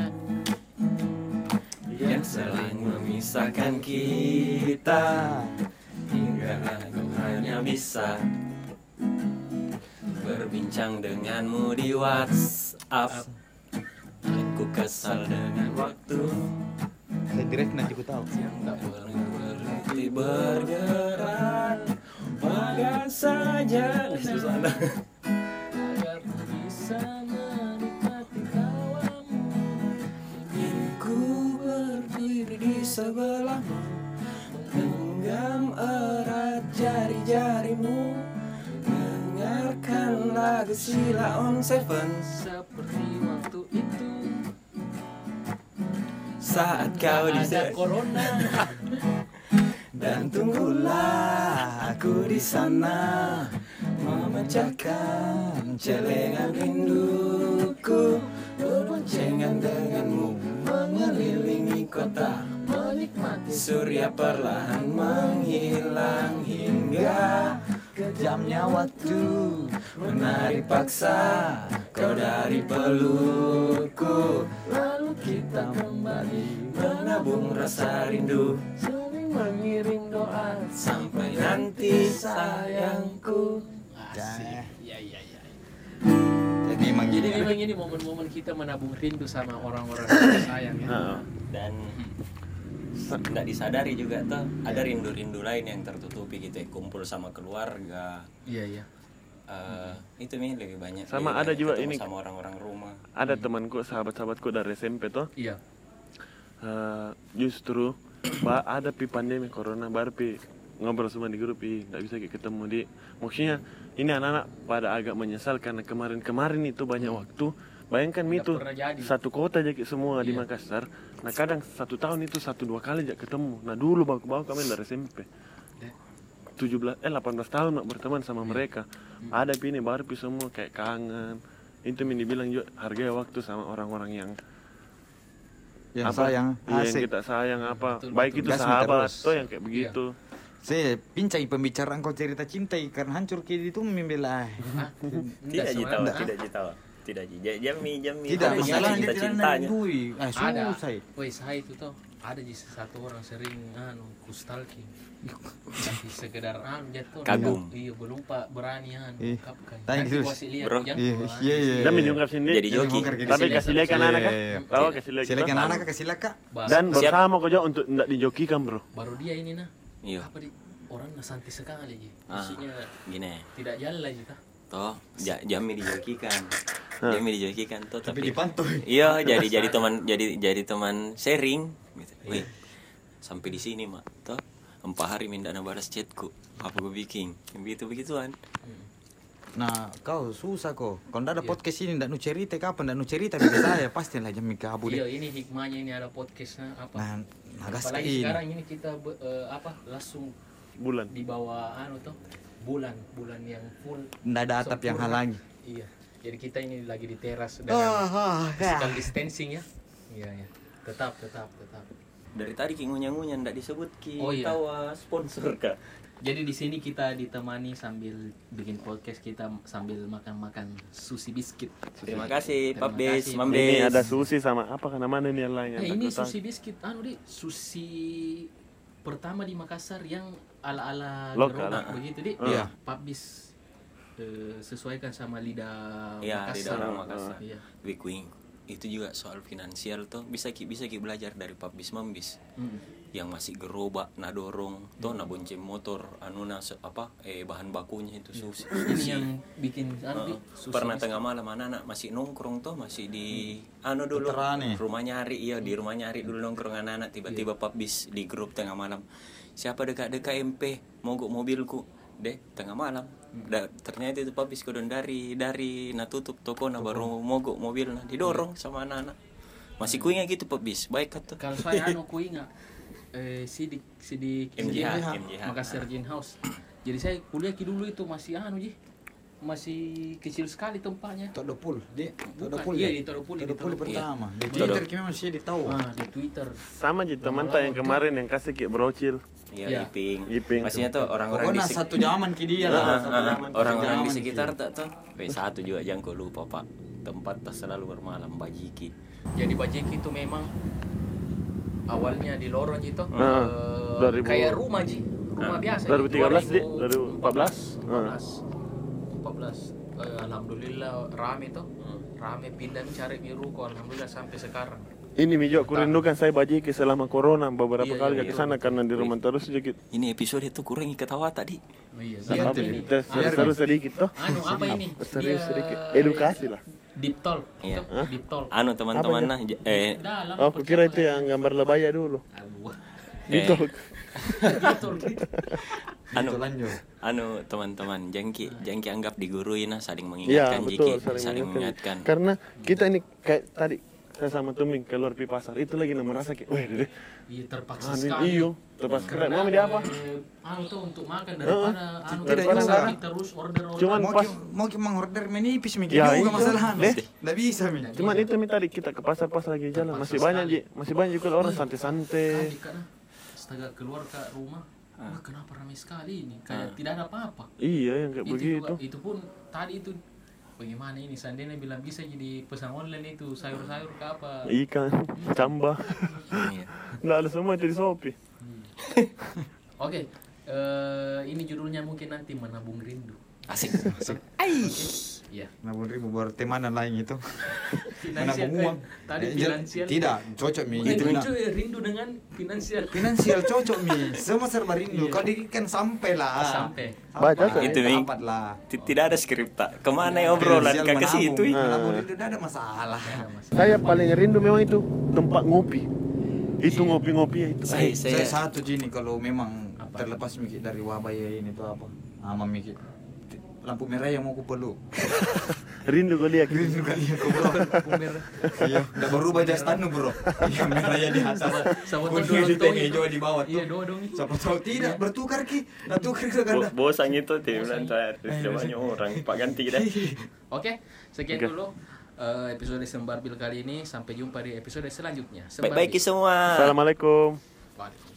yang saling memisahkan kita, hingga aku hanya bisa berbincang denganmu di WhatsApp. Aku kesal dengan waktu Saya direct nanti ku tahu. Iya. tak pernah berhenti bergerak, bagai saja di sana. Agar bisa menikmati tawamu. Ku berdiri di sebelahmu, genggam erat jari-jarimu, dengarkan lagu Sheila on Seven Seperti waktu itu saat kau di ada corona. dan tunggulah aku di sana memecahkan celengan rinduku, berboncengan denganmu mengelilingi kota, Menikmati surya perlahan menghilang hingga kejamnya waktu menarik paksa kau dari pelukku, lalu kita kembali menabung rasa rindu, saling mengirim doa. sampai nanti sayangku. Asik. Iya iya iya. Jadi memang Jadi gini. memang ini momen-momen kita menabung rindu sama orang-orang yang sayang ya. Heeh. Dan tidak disadari juga tuh ada rindu-rindu lain yang tertutupi gitu ya, kumpul sama keluarga. Iya iya. Eh, itu nih lebih banyak. Sama lebih ada banyak juga ketemu ini. sama orang-orang rumah. Ada temanku, sahabat-sahabatku dari S M P tuh. Iya. Eh, justru ba ada pi pandemi corona baru pi ngobrol semua di grup ih nggak bisa kayak ketemu di maksudnya ini anak-anak pada agak menyesal karena kemarin-kemarin itu banyak waktu bayangkan mi Nggak itu pernah jadi. satu kota aja kayak semua di Iya. Makassar nah kadang satu tahun itu satu dua kali aja ketemu nah dulu baku-baku kami dari S M P tujuh belas eh delapan belas tahun mak berteman sama mereka ada pi ini baru pi semua kayak kangen itu min dibilang juga hargai waktu sama orang-orang yang Yang apa sayang, iya, yang asik. kita sayang apa Betul, baik betul. itu Gas sahabat terus. tuh yang kayak begitu Saya pincai pembicaraan kau cerita cintai karena hancur kayak itu membela. Hah? Tidak Enggak, jitawa, sebenarnya. tidak jitawa. Tidak ji- ja- jami jami. Tidak Ada masalah cinta dia tidak cintanya. nandui. Ah, Ada. susah. Woi, saya itu tuh ada ji satu orang sering anu kustalking tapi sekedar anu jatuh Kagum. iya belum pak berani anu Ih, ungkapkan tanya nanti terus. pasti lihat Bro. yang Iya, wah, iya, iya. Dan menyungkap sendiri. Jadi joki. Tapi kasih lihat kan anak kan? Iya, iya. Tahu kasih lihat. Silakan kita. anak kasih kak. Bas- Dan Siap. bersama kau juga untuk tidak dijokikan bro. baru dia ini nah Iya. apa di orang santai sekali ji Ah. maksudnya Gini. tidak jalan lagi kah Toh, ja, jami dijokikan. Jami dijokikan tuh Tapi tapi dipantau. iya jadi jadi teman jadi jadi teman sharing gitu. Wih, sampai di sini mak toh empat hari minta balas chatku apa gue bikin begitu begituan. Nah, kau susah kok. Kalau ndak ada podcast ini ndak nu cerita kapan ndak nu cerita bagi saya pasti lah jam kabur iya deh. ini hikmahnya ini ada podcastnya apa Nah, nagas apalagi ini. sekarang ini kita be- eh, apa langsung Bulan. di bawah anu tuh bulan bulan yang full Ndak ada atap yang sempurna. halangi. Iya jadi kita ini lagi di teras Ah, dengan ah, physical ya. distancing ya iya ya tetap tetap tetap Dari tadi ki ngunyah-ngunyah ndak disebut ki Oh, iya. tawa sponsor kak. jadi di sini kita ditemani sambil bikin podcast kita sambil makan-makan sushi biscuit Terima kasih Terima Pak Bes, kasih, Mam Pak Ini Bes. ada sushi sama apa kan namanya nih yang lain yang eh tak ini tahu. sushi biscuit anu di sushi pertama di Makassar yang ala-ala Lokal. gerobak begitu di Iya. Pabis eh, sesuaikan sama lidah Iya, di Makassar. dalam Makassar. Iya. Wih, Wing, itu juga soal finansial tuh bisa ki bisa ki belajar dari Pak Bis Mambis. Mm. Yang masih gerobak, na dorong, tuh na bonceng motor, anu na se- apa eh bahan bakunya itu susi. Ini yang bikin anu di Heeh. sushi Pernah biscuit. tengah malam anak-anak masih nongkrong tuh masih di anu dulu Veteran nih. rumahnya Ari iya di rumahnya Ari dulu nongkrong anak-anak tiba-tiba Pak Bis di grup tengah malam siapa dekat-dekat M P mogok mobilku deh tengah malam da, ternyata itu Pak Bis kodon dari dari na tutup toko na baru mogok mobil na didorong sama anak-anak masih kuingnya gitu Pak Bis baik kata Kalau saya anu ku ingat eh sidik sidik M J H, sidik- M J H. Makassar Gin House. Jadi saya kuliah ki dulu itu masih anu ji. Masih kecil sekali tempatnya. Todopul, di Bukan, Todopul. iya, ya? di Todopul, di Todopul Todopul. pertama. Di Iya. Twitter kita masih ditahu. Ah, di Twitter. Sama aja teman tak yang kemarin yang kasih kayak brocil. iya Iya. Iping Iping. maksudnya tuh orang-orang di Pokoknya sek- satu zaman ke dia Ah, lah. ah, Satu ah, zaman, orang-orang satu di zaman sekitar ke- tak tuh B satu juga jangan kau lupa Pak tempat tak selalu bermalam bajiki Jadi Bajeki itu memang awalnya di lorong itu Ah, eh, dua ribu kayak rumah ji, rumah Ah, biasa. dua ribu tiga belas, Di. dua dua ribu empat belas. empat belas. empat belas. Eh, alhamdulillah rame tuh. Rame pindah mencari di ruko alhamdulillah sampai sekarang. Ini Mijo, aku rindukan saya bajiki selama corona beberapa Iya, kali iya, ke iya. sana karena di rumah terus sedikit. ini episode itu kurangi ketawa tadi Oh iya, Apa biar ini. tes terus sedikit toh. Anu apa ini? Serius Dia- sedikit edukasi lah. Deep talk. Iya. Itu, Deep talk. anu teman-teman nah j- eh Dalam Oh, aku kira itu yang gambar lebaya dulu. Aduh. Eh. Gitu. Deep talk. anu Itu lanjut. anu teman-teman jangki jangki anggap digurui nah saling Iya, mengingatkan betul, jiki saling saling mengingatkan. mengingatkan Karena kita ini kayak tadi saya sama Tuming keluar pi pasar itu lagi nama merasa kayak, wah deh, Iya terpaksa ah, sekali. iyo, terpas keren. Karena, Mau dia apa? eh, Anu tuh untuk makan daripada anu Tidak daripada juga. kita terus order order. Cuman Mau pas, ki- mau ki mengorder menipis mikir Ya, juga itu. masalah. Deh. Nggak bisa mi. cuman itu mi tadi kita ke pasar pas lagi jalan masih banyak ji, masih banyak juga orang santai-santai. Tadi kan astaga keluar ke rumah. Wah, kenapa ramai sekali ini? Kayak tidak ada apa-apa. Iya yang kayak Itu begitu. juga, itu pun tadi itu bagaimana ini seandainya bilang bisa jadi pesan online itu sayur-sayur ke apa? Ikan, camba, Iya. nggak ada semua itu di Shopee. Oke, eh, ini judulnya mungkin nanti menabung rindu. asik Iya. Nabung ribu buat temanan lain itu. Finansial. Menabung uang. Eh, tadi Eh, finansial. Tidak, cocok mi. Bukan Itu rindu, nak. ya, rindu dengan finansial. Finansial cocok mi. Semua serba rindu. Kau dikit kan sampai lah. Sampai. Baca tuh. Itu, Mi. Dapat lah. T- tidak ada skrip tak kemana ya obrolan Finansial kak ke situ menabung. ih. Menabung rindu tidak ada masalah. Ada mas. Saya paling rindu memang itu tempat ngopi. Itu ngopi-ngopi ya itu. Saya- Saya, saya- satu gini kalau memang Apa? terlepas mikir dari wabah ya ini tuh apa? Ama mikir lampu merah yang mau ku peluk. Rindu kau lihat. Rindu kali ya, bro. Iya, udah berubah jas tanu bro. Iya merah ya di atas. Sama tuh Kuning di dua tengah, itu. hijau di bawah Iya, tuh. dua dong itu. Siapa tahu tidak bertukar ki, bertukar ke ganda. Bo- bosan itu tim bilang saya banyak orang pak ganti deh Oke, sekian Oke. dulu eh, episode Sembar Bil kali ini. Sampai jumpa di episode selanjutnya. baik-baik semua Assalamualaikum. Bye.